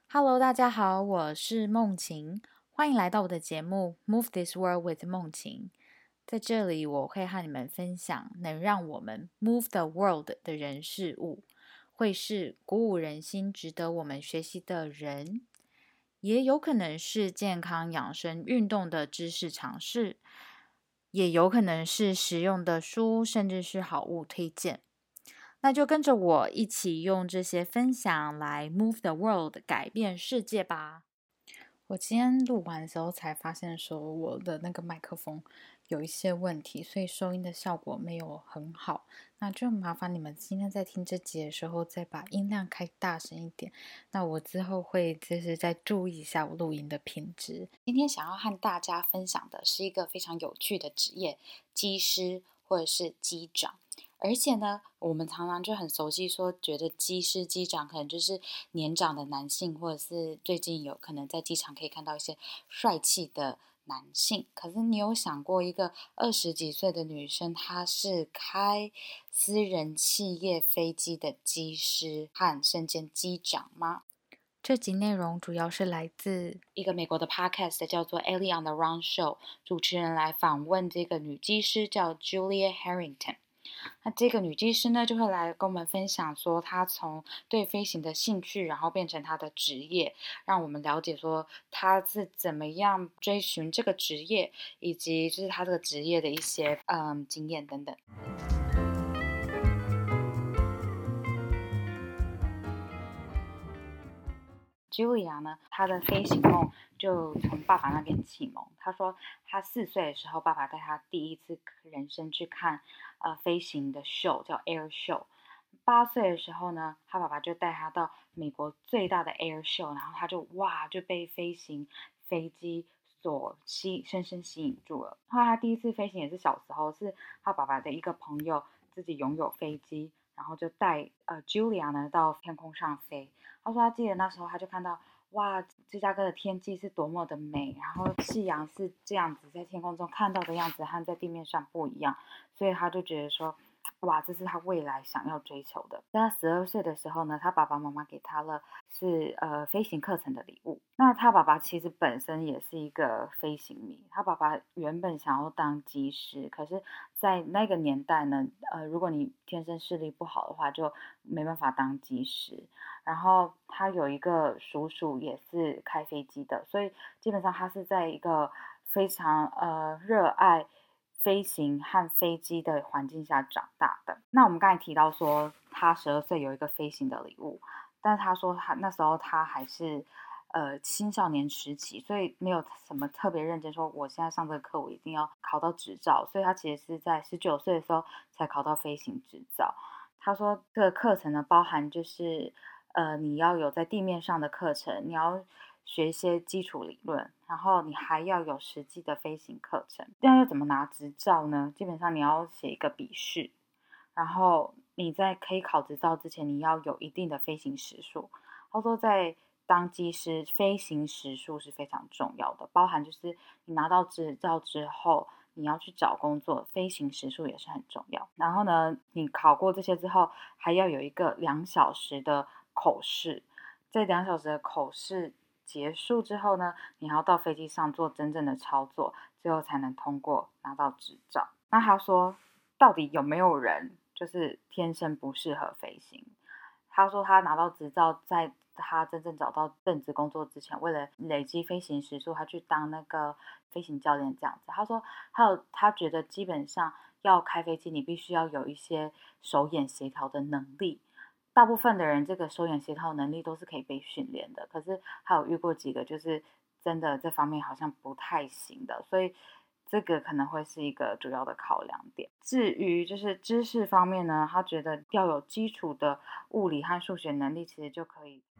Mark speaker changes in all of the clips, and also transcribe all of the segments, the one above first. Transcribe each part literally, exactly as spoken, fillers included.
Speaker 1: Hello，大家好，我是梦晴，欢迎来到我的节目《Move This World with 梦晴》。在这里，我会和你们分享能让我们 move the world 的人事物，会是鼓舞人心、值得我们学习的人，也有可能是健康养生、运动的知识尝试，也有可能是实用的书，甚至是好物推荐。那就跟着我一起用这些分享来 move the world， 改变世界吧。我今天录完的时候才发现说我的那个麦克风有一些问题，所以收音的效果没有很好。那就麻烦你们今天在听这集的时候再把音量开大声一点。那我之后会就是再注意一下我录音的品质。今天想要和大家分享的是一个非常有趣的职业——机师或者是机长。而且呢，我们常常就很熟悉说，觉得机师、机长可能就是年长的男性，或者是最近有可能在机场可以看到一些帅气的男性。可是你有想过，一个二十几岁的女生，她是开私人企业飞机的机师和甚至机长吗？这集内容主要是来自一个美国的 podcast 叫做 Ellie on the Run Show， 主持人来访问这个女机师叫 Julia Harrington。那这个女技师呢，就会来跟我们分享说，她从对飞行的兴趣，然后变成她的职业，让我们了解说她是怎么样追寻这个职业，以及就是她这个职业的一些嗯经验等等。Julia 呢，她的飞行梦就从爸爸那边启蒙。她说，她四岁的时候，爸爸带她第一次人生去看呃飞行的秀，叫 Air Show。八岁的时候呢，他爸爸就带他到美国最大的 Air Show，然后他就哇就被飞行飞机所吸深深吸引住了。后来他第一次飞行也是小时候，是他爸爸的一个朋友自己拥有飞机，然后就带呃 Julia 呢到天空上飞。他说他记得那时候他就看到哇芝加哥的天气是多么的美，然后夕阳是这样子在天空中看到的样子和在地面上不一样，所以他就觉得说哇，这是他未来想要追求的。在他十二岁的时候呢，他爸爸妈妈给他了是呃飞行课程的礼物。那他爸爸其实本身也是一个飞行迷，他爸爸原本想要当机师，可是在那个年代呢，呃，如果你天生视力不好的话，就没办法当机师。然后他有一个叔叔也是开飞机的，所以基本上他是在一个非常呃热爱飞行和飞机的环境下长大的。那我们刚才提到说，他十二岁有一个飞行的礼物，但是他说他那时候他还是呃青少年时期，所以没有什么特别认真说，我现在上这个课我一定要考到执照。所以他其实是在十九岁的时候才考到飞行执照。他说这个课程呢，包含就是呃你要有在地面上的课程，你要学一些基础理论，然后你还要有实际的飞行课程。那要怎么拿执照呢？基本上你要写一个笔试，然后你在可以考执照之前，你要有一定的飞行时数。他说在当机师，飞行时数是非常重要的，包含就是你拿到执照之后，你要去找工作，飞行时数也是很重要。然后呢，你考过这些之后，还要有一个两小时的口试。这两小时的口试结束之后呢，你还要到飞机上做真正的操作，最后才能通过拿到执照。那他说，到底有没有人就是天生不适合飞行？他说他拿到执照，在他真正找到正职工作之前，为了累积飞行时数，他去当那个飞行教练这样子。他说还有他觉得基本上要开飞机，你必须要有一些手眼协调的能力。大部分的人这个手眼协调能力都是可以被训练的，可是还有遇过几个就是真的这方面好像不太行的，所以这个可能会是一个主要的考量点。至于就是知识方面呢，他觉得要有基础的物理和数学能力，其实就可以。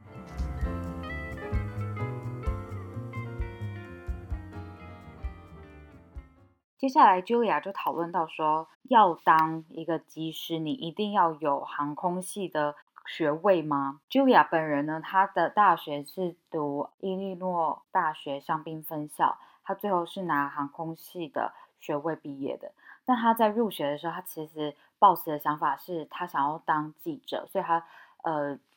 Speaker 1: 接下来 Julia 就讨论到说，要当一个机师，你一定要有航空系的学位吗？ Julia 本人呢，她的大学是读伊利诺大学香槟分校，她最后是拿航空系的学位毕业的。但她在入学的时候，她其实抱持的想法是她想要当记者，所以她呃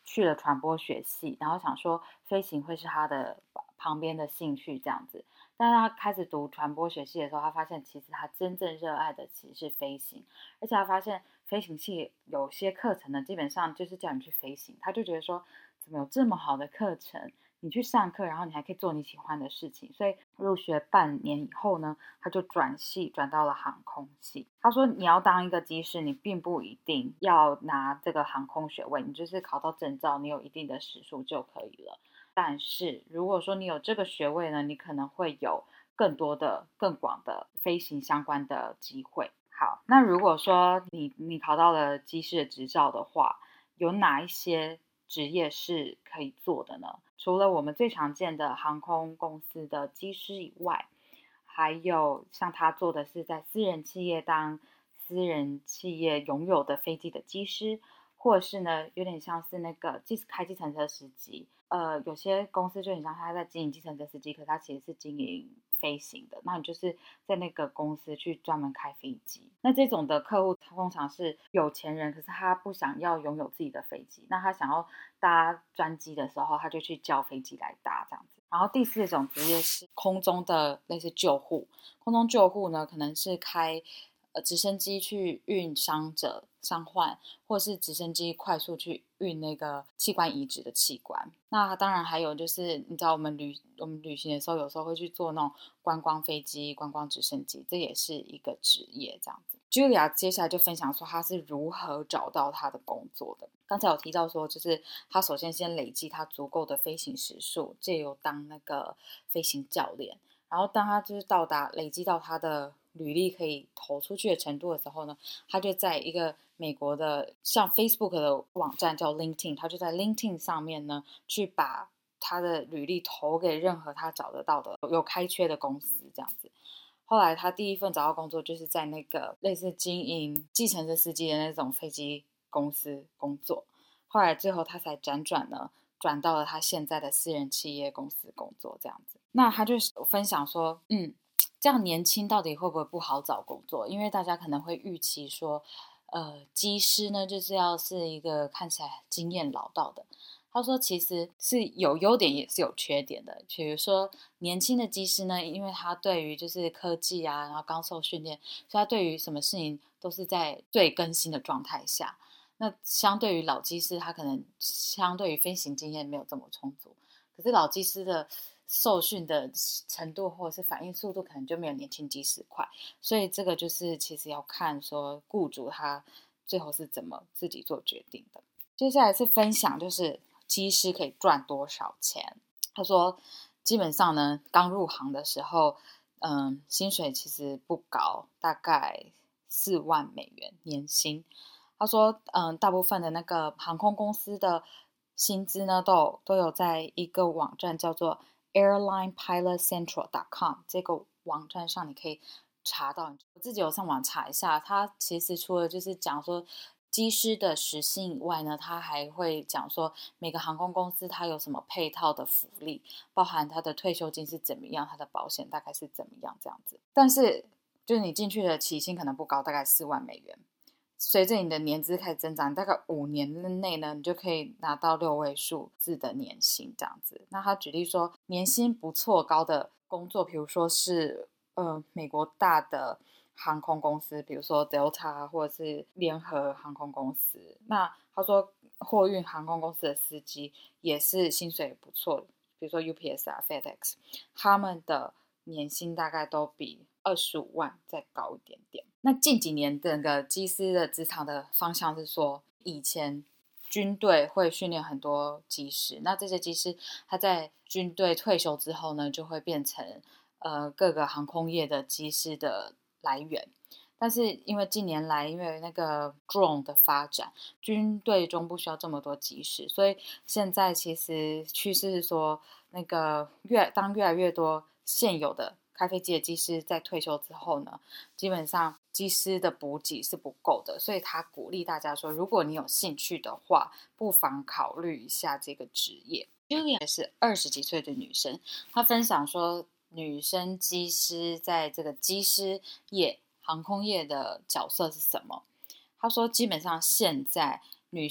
Speaker 1: 去了传播学系，然后想说飞行会是他的旁边的兴趣这样子。但是他开始读传播学系的时候，他发现其实他真正热爱的其实是飞行，而且他发现飞行系有些课程呢，基本上就是叫你去飞行，他就觉得说怎么有这么好的课程，你去上课，然后你还可以做你喜欢的事情。所以入学半年以后呢，他就转系转到了航空系。他说你要当一个机师，你并不一定要拿这个航空学位，你就是考到证照，你有一定的时数就可以了。但是如果说你有这个学位呢，你可能会有更多的更广的飞行相关的机会。好，那如果说你你考到了机师的执照的话，有哪一些职业是可以做的呢？除了我们最常见的航空公司的机师以外，还有像他做的是在私人企业当私人企业拥有的飞机的机师，或者是呢有点像是那个开计程车司机。呃，有些公司就很像他在经营计程车司机，可是他其实是经营飞行的，那你就是在那个公司去专门开飞机。那这种的客户通常是有钱人，可是他不想要拥有自己的飞机，那他想要搭专机的时候，他就去叫飞机来搭这样子。然后第四种职业是空中的类似救护，空中救护呢可能是开呃直升机去运伤者伤患，或是直升机快速去运那个器官移植的器官。那当然还有就是你知道我们旅我们旅行的时候有时候会去做那种观光飞机观光直升机，这也是一个职业这样子。 Julia 接下来就分享说她是如何找到她的工作的。刚才有提到说就是她首先先累积她足够的飞行时数，借由当那个飞行教练，然后当她就是到达累积到她的履历可以投出去的程度的时候呢，他就在一个美国的像 Facebook 的网站叫 LinkedIn， 他就在 LinkedIn 上面呢去把他的履历投给任何他找得到的有开缺的公司这样子。后来他第一份找到工作就是在那个类似经营计程车司机的那种飞机公司工作，后来最后他才辗转呢转到了他现在的私人企业公司工作这样子。那他就分享说嗯这样年轻到底会不会不好找工作？因为大家可能会预期说呃，机师呢就是要是一个看起来经验老道的。他说其实是有优点也是有缺点的，比如说年轻的机师呢，因为他对于就是科技啊，然后刚受训练，所以他对于什么事情都是在最更新的状态下。那相对于老机师，他可能相对于飞行经验没有这么充足，可是老机师的受训的程度或者是反应速度可能就没有年轻机师快，所以这个就是其实要看说雇主他最后是怎么自己做决定的。接下来是分享就是机师可以赚多少钱。他说基本上呢刚入行的时候嗯，薪水其实不高，大概四万美元年薪。他说嗯，大部分的那个航空公司的薪资呢都有都有在一个网站叫做 airline pilot central dot com 这个网站上你可以查到。我自己有上网查一下，它其实除了就是讲说机师的时薪以外呢，他还会讲说每个航空公司它有什么配套的福利，包含它的退休金是怎么样，它的保险大概是怎么样这样子。但是就是你进去的起薪可能不高，大概四万美元，随着你的年资开始增长，大概五年内呢，你就可以拿到六位数字的年薪这样子。那他举例说年薪不错高的工作，比如说是呃美国大的航空公司，比如说 Delta 或者是联合航空公司。那他说货运航空公司的司机也是薪水不错，比如说 U P S 啊 FedEx， 他们的年薪大概都比二十五万再高一点点。那近几年整个机师的职场的方向是说，以前军队会训练很多机师，那这些机师他在军队退休之后呢，就会变成呃各个航空业的机师的来源。但是因为近年来因为那个 drone 的发展，军队中不需要这么多机师，所以现在其实趋势是说那个越当越来越多现有的开飞机的机师在退休之后呢，基本上机师的补给是不够的，所以他鼓励大家说，如果你有兴趣的话，不妨考虑一下这个职业。Julia 是二十几岁的女生，她分享说女生机师在这个机师业航空业的角色是什么。她说基本上现在女生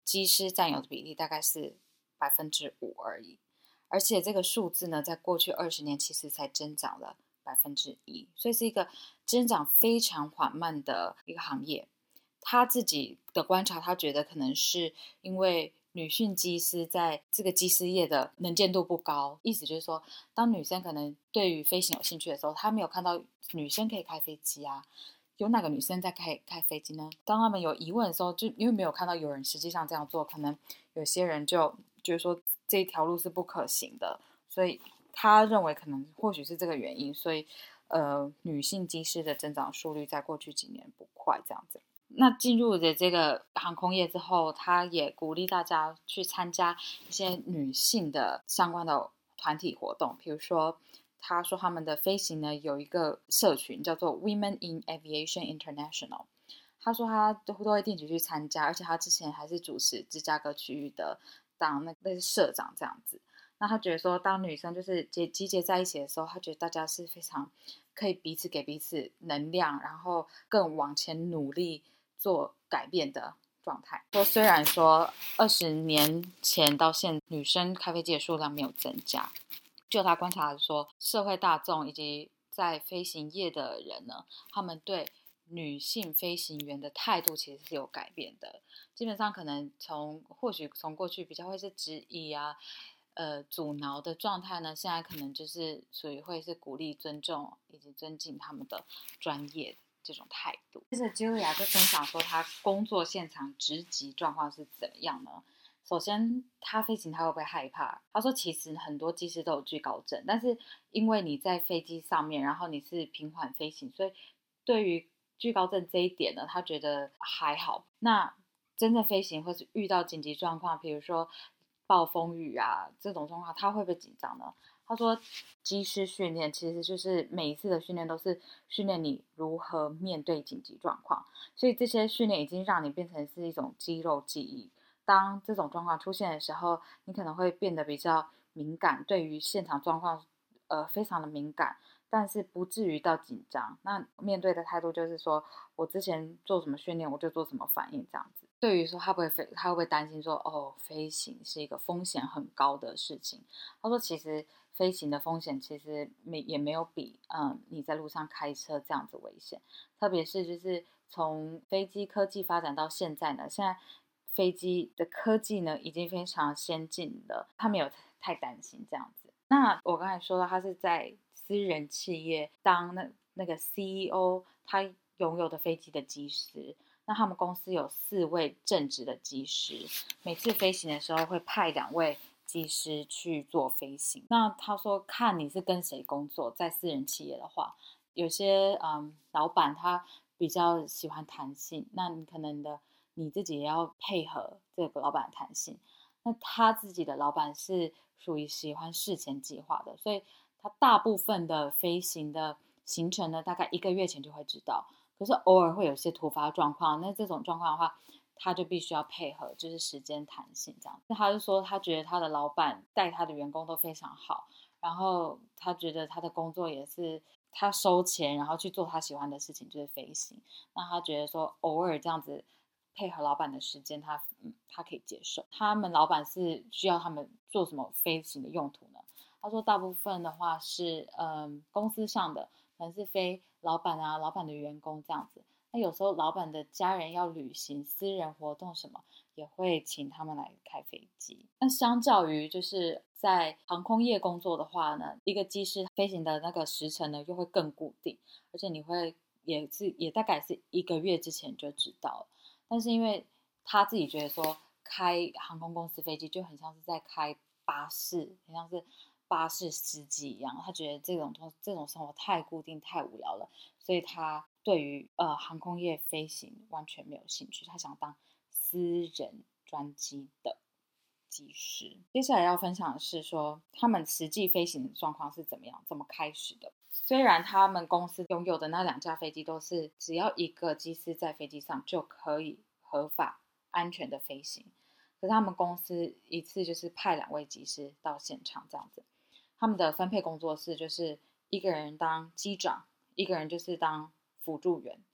Speaker 1: 机师占有的比例大概是百分之五而已，而且这个数字呢，在过去二十年其实才增长了百分之一，所以是一个增长非常缓慢的一个行业。他自己的观察，他觉得可能是因为女性机师在这个机师业的能见度不高，意思就是说，当女生可能对于飞行有兴趣的时候，她没有看到女生可以开飞机啊，有哪个女生在开开飞机呢？当他们有疑问的时候，就因为没有看到有人实际上这样做，可能有些人就觉得说这一条路是不可行的，所以他认为可能或许是这个原因，所以呃，女性机师的增长速率在过去几年不快这样子。那进入的这个航空业之后，他也鼓励大家去参加一些女性的相关的团体活动，比如说他说他们的飞行呢有一个社群叫做 Women in Aviation International， 他说他都会定期去参加，而且他之前还是主持芝加哥区域的当那个社长这样子。那他觉得说当女生就是集集结在一起的时候，他觉得大家是非常可以彼此给彼此能量，然后更往前努力做改变的状态。说虽然说二十年前到现在女生开飞机的数量没有增加，就他观察说社会大众以及在飞行业的人呢，他们对女性飞行员的态度其实是有改变的。基本上可能从或许从过去比较会是质疑啊呃阻挠的状态呢，现在可能就是属于会是鼓励尊重以及尊敬他们的专业这种态度。接着 Julia 就分享说她工作现场职级状况是怎么样呢？首先他飞行他会不会害怕？他说其实很多机师都有惧高症，但是因为你在飞机上面，然后你是平缓飞行，所以对于惧高症这一点呢，他觉得还好。那真正飞行或是遇到紧急状况，比如说暴风雨啊这种状况，他会不会紧张呢？他说机师训练其实就是每一次的训练都是训练你如何面对紧急状况，所以这些训练已经让你变成是一种肌肉记忆。当这种状况出现的时候，你可能会变得比较敏感，对于现场状况呃非常的敏感，但是不至于到紧张。那面对的态度就是说我之前做什么训练我就做什么反应这样子。对于说他不会飞，他会不会担心说哦飞行是一个风险很高的事情？他说其实飞行的风险其实没也没有比嗯你在路上开车这样子危险，特别是就是从飞机科技发展到现在呢，现在飞机的科技呢已经非常先进了，他没有太担心这样子。那我刚才说到他是在私人企业当那那个 C E O， 他拥有的飞机的机师，那他们公司有四位正职的机师，每次飞行的时候会派两位机师去做飞行。那他说看你是跟谁工作，在私人企业的话，有些嗯老板他比较喜欢弹性，那你可能的你自己也要配合这个老板的弹性。那他自己的老板是属于喜欢事前计划的，所以他大部分的飞行的行程呢，大概一个月前就会知道。可是偶尔会有些突发状况，那这种状况的话，他就必须要配合，就是时间弹性这样。那他就说，他觉得他的老板带他的员工都非常好，然后他觉得他的工作也是他收钱，然后去做他喜欢的事情，就是飞行。那他觉得说，偶尔这样子配合老板的时间，他嗯他可以接受。他们老板是需要他们做什么飞行的用途呢？他说大部分的话是嗯公司上的，可能是飞老板啊、老板的员工这样子。那有时候老板的家人要旅行、私人活动什么，也会请他们来开飞机。那相较于就是在航空业工作的话呢，一个机师飞行的那个时程呢又会更固定，而且你会也是也大概是一个月之前就知道了。但是因为他自己觉得说开航空公司飞机就很像是在开巴士，很像是巴士司机一样，他觉得这种这种生活太固定太无聊了，所以他对于呃航空业飞行完全没有兴趣，他想当私人专机的机师。接下来要分享的是说他们实际飞行的状况是怎么样，怎么开始的。虽然他们公司拥有的那两架飞机都是只要一个机师在飞机上就可以合法安全的飞行，可是他们公司一次就是派两位机师到现场这样子。他们的分配工作室就是一个人当机长，一个人就是当辅助员。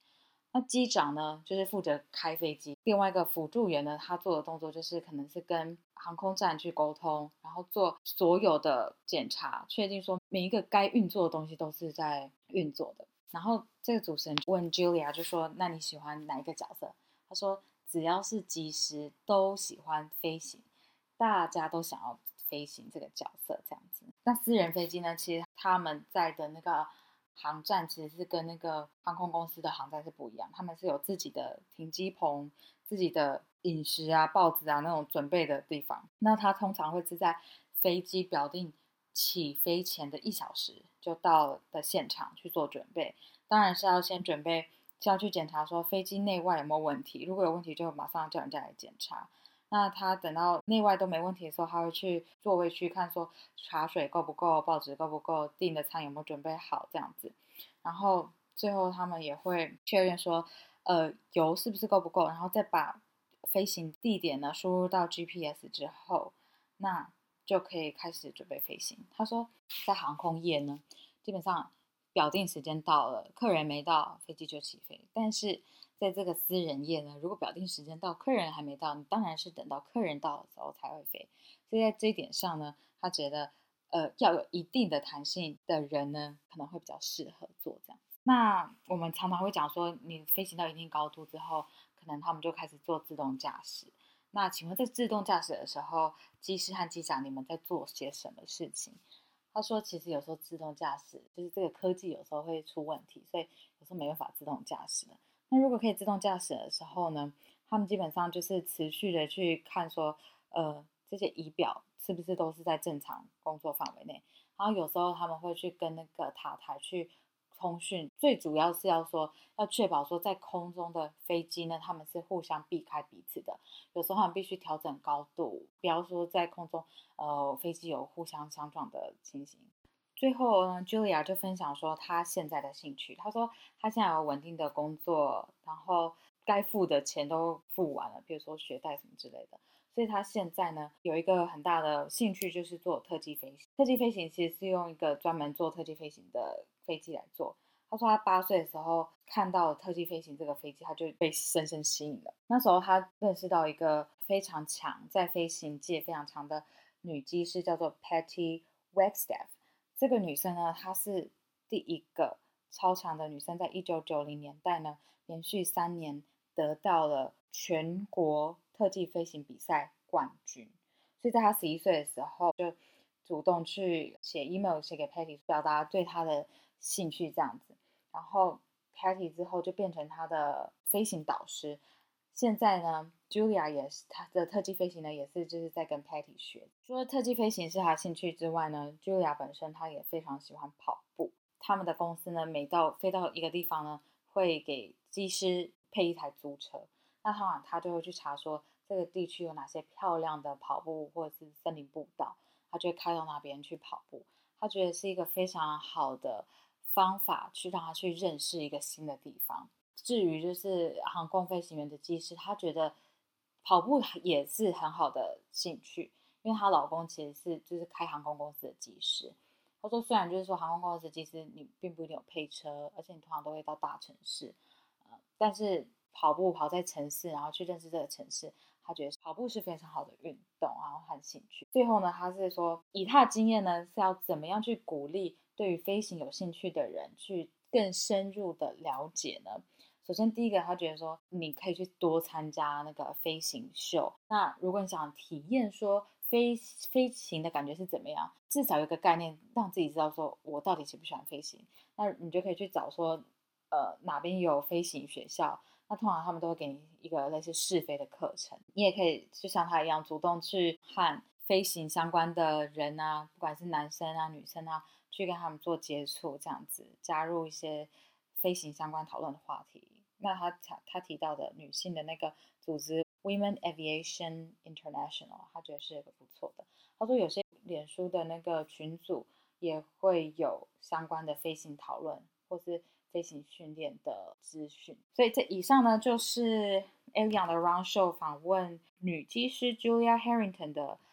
Speaker 1: 那机长呢，就是负责开飞机，另外一个辅助员呢，他做的动作就是可能是跟航空站去沟通，然后做所有的检查，确定说每一个该运作的东西都是在运作的。然后这个主持人问 Julia 就说：“那你喜欢哪一个角色？”他说：“只要是机师都喜欢飞行，大家都想要飞行这个角色这样子。”那私人飞机呢，其实他们在的那个航站其实是跟那个航空公司的航站是不一样，他们是有自己的停机棚、自己的饮食啊、报纸啊那种准备的地方。那他通常会是在飞机表定起飞前的一小时就到的现场去做准备，当然是要先准备，就要去检查说飞机内外有没有问题，如果有问题就马上叫人家来检查。那他等到内外都没问题的时候，他会去座位区看说茶水够不够，报纸够不够，订的餐有没有准备好这样子。然后最后他们也会确认说，呃，油是不是够不够，然后再把飞行地点呢输入到 G P S 之后，那就可以开始准备飞行。他说，在航空业呢，基本上表定时间到了，客人没到，飞机就起飞。但是在这个私人业呢，如果表定时间到，客人还没到，你当然是等到客人到的时候才会飞。所以在这一点上呢，他觉得呃要有一定的弹性的人呢，可能会比较适合做这样。那我们常常会讲说，你飞行到一定高度之后，可能他们就开始做自动驾驶。那请问在自动驾驶的时候，机师和机长你们在做些什么事情？他说，其实有时候自动驾驶就是这个科技有时候会出问题，所以有时候没办法自动驾驶了。那如果可以自动驾驶的时候呢，他们基本上就是持续的去看说，呃，这些仪表是不是都是在正常工作范围内。然后有时候他们会去跟那个塔台去通讯，最主要是要说要确保说在空中的飞机呢，他们是互相避开彼此的。有时候他们必须调整高度，不要说在空中呃飞机有互相相撞的情形。最后呢 Julia 就分享说她现在的兴趣，她说她现在有稳定的工作，然后该付的钱都付完了，比如说学贷什么之类的。所以她现在呢有一个很大的兴趣就是做特技飞行。特技飞行其实是用一个专门做特技飞行的飞机来做。他说他八岁的时候看到特技飞行这个飞机，他就被深深吸引了。那时候他认识到一个非常强，在飞行界非常强的女机师，叫做 Patty Wagstaff。这个女生呢，她是第一个超强的女生，在一九九零年代呢，连续三年得到了全国特技飞行比赛冠军。所以在她十一岁的时候，就主动去写 email 写给 Patty， 表达对她的兴趣这样子。然后 Patty 之后就变成她的飞行导师。现在呢 Julia 也是她的特技飞行呢，也是就是在跟 Patty 学。除了特技飞行是她兴趣之外呢， Julia 本身她也非常喜欢跑步。他们的公司呢，每到飞到一个地方呢，会给机师配一台租车。那通常他就会去查说这个地区有哪些漂亮的跑步或者是森林步道，他就会开到那边去跑步。他觉得是一个非常好的方法去让他去认识一个新的地方。至于就是航空飞行员的机师，他觉得跑步也是很好的兴趣，因为她老公其实是就是开航空公司的机师。他说虽然就是说航空公司其实你并不一定有配车，而且你通常都会到大城市，呃，但是跑步跑在城市，然后去认识这个城市，他觉得跑步是非常好的运动，然后和兴趣。最后呢，他是说以他的经验呢，是要怎么样去鼓励对于飞行有兴趣的人去更深入的了解呢？首先第一个，他觉得说你可以去多参加那个飞行秀。那如果你想体验说飞飞行的感觉是怎么样，至少有个概念让自己知道说我到底喜不喜欢飞行，那你就可以去找说呃哪边有飞行学校。那通常他们都会给你一个类似试飞的课程，你也可以就像他一样主动去和飞行相关的人啊，不管是男生啊女生啊，去跟他们做接触，这样子加入一些飞行相关讨论的话题。那他他提到的女性的那个组织 Women Aviation International， 他觉得是一个不错的。他说有些脸书的那个群组也会有相关的飞行讨论或是飞行训练的资讯。所以这以上呢就是 Elian 的 Round Show 访问女机师 Julia Harrington 的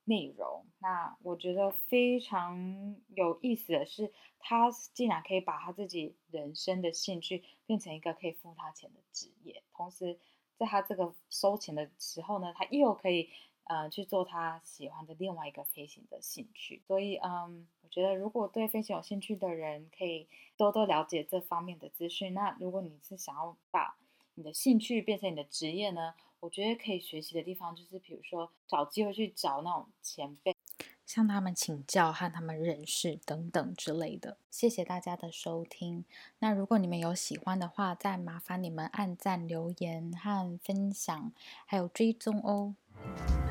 Speaker 1: 内容。那我觉得非常有意思的是，他竟然可以把他自己人生的兴趣变成一个可以付他钱的职业，同时在他这个收钱的时候呢，他又可以呃去做他喜欢的另外一个飞行的兴趣。所以嗯，我觉得如果对飞行有兴趣的人，可以多多了解这方面的资讯。那如果你是想要把你的兴趣变成你的职业呢，我觉得可以学习的地方就是，比如说找机会去找那种前辈，向他们请教和他们认识等等之类的。谢谢大家的收听。那如果你们有喜欢的话，再麻烦你们按赞、留言和分享，还有追踪哦。